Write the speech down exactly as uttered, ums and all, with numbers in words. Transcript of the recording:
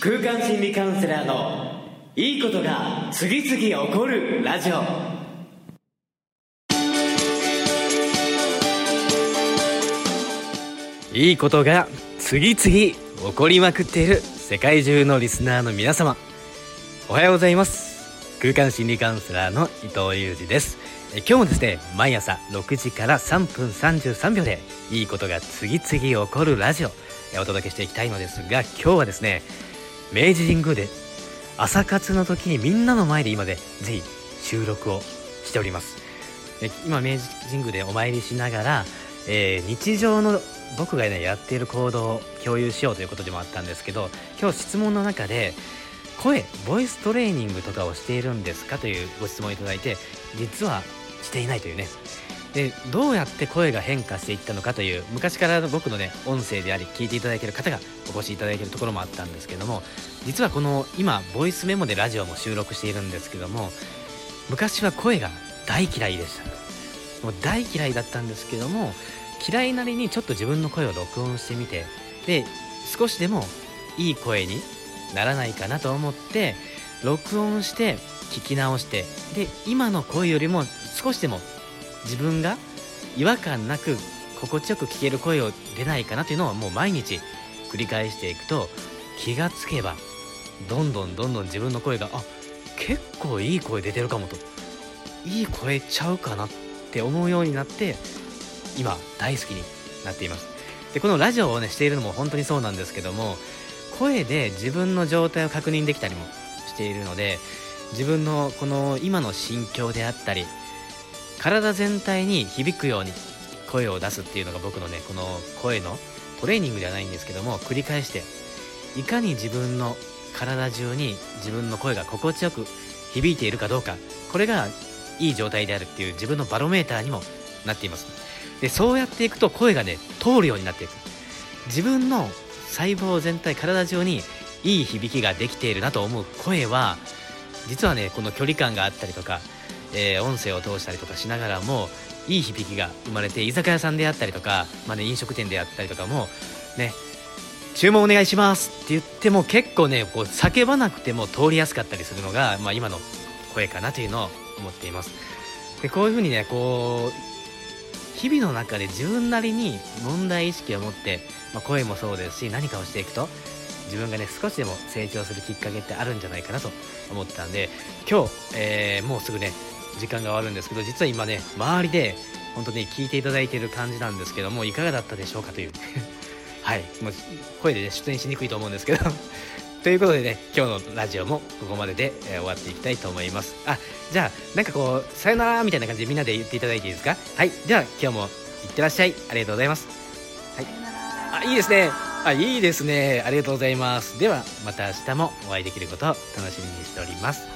空間心理カウンセラーのいいことが次々起こるラジオ。いいことが次々起こりまくっている世界中のリスナーの皆様、おはようございます。空間心理カウンセラーの伊藤裕二です。え今日もですね、毎朝ろくじからさんぷんさんじゅうさんびょうでいいことが次々起こるラジオえお届けしていきたいのですが、今日はですね、明治神宮で朝活の時にみんなの前で今でぜひ収録をしております。え今明治神宮でお参りしながら、えー、日常の僕が、ね、やっている行動を共有しようということでもあったんですけど、今日質問の中で声ボイストレーニングとかをしているんですかというご質問をいただいて、実はしていないというね。でどうやって声が変化していったのかという、昔からの僕のね音声であり聞いていただいている方がお越しいただいているところもあったんですけども、実はこの今ボイスメモでラジオも収録しているんですけども、昔は声が大嫌いでした。もう大嫌いだったんですけども、嫌いなりにちょっと自分の声を録音してみて、で少しでもいい声にならないかなと思って録音して聞き直して、で今の声よりも少しでも自分が違和感なく心地よく聞ける声を出ないかなというのをもう毎日繰り返していくと、気がつけばどんどんどんどん自分の声があ結構いい声出てるかもと、いい声ちゃうかなって思うようになって、今大好きになっています。でこのラジオをねしているのも本当にそうなんですけども、声で自分の状態を確認できたりもしているので、自分のこの今の心境であったり体全体に響くように声を出すっていうのが僕のねこの声のトレーニングではないんですけども、繰り返していかに自分の体中に自分の声が心地よく響いているかどうか、これがいい状態であるっていう自分のバロメーターにもなっています。でそうやっていくと声がね通るようになっていく。自分の細胞全体体中にいい響きができているなと思う声は、実はねこの距離感があったりとか、えー、音声を通したりとかしながらもいい響きが生まれて、居酒屋さんであったりとか、まあね、飲食店であったりとかもね、注文お願いしますって言っても結構ねこう叫ばなくても通りやすかったりするのが、まあ、今の声かなというのを思っています。でこういうふうにねこう日々の中で自分なりに問題意識を持って、まあ、声もそうですし何かをしていくと自分がね少しでも成長するきっかけってあるんじゃないかなと思ったんで、今日、えー、もうすぐね時間が終わるんですけど、実は今ね周りで本当に聞いていただいている感じなんですけども、いかがだったでしょうかというはいもう声でね出演しにくいと思うんですけどということでね、今日のラジオもここまでで、えー、終わっていきたいと思います。あ、じゃあなんかこうさよならみたいな感じでみんなで言っていただいていいですか。はい、じゃあ今日もいってらっしゃい。ありがとうございます。はい、あ、いいですね。あ、いいですね。ありがとうございます。ではまた明日もお会いできることを楽しみにしております。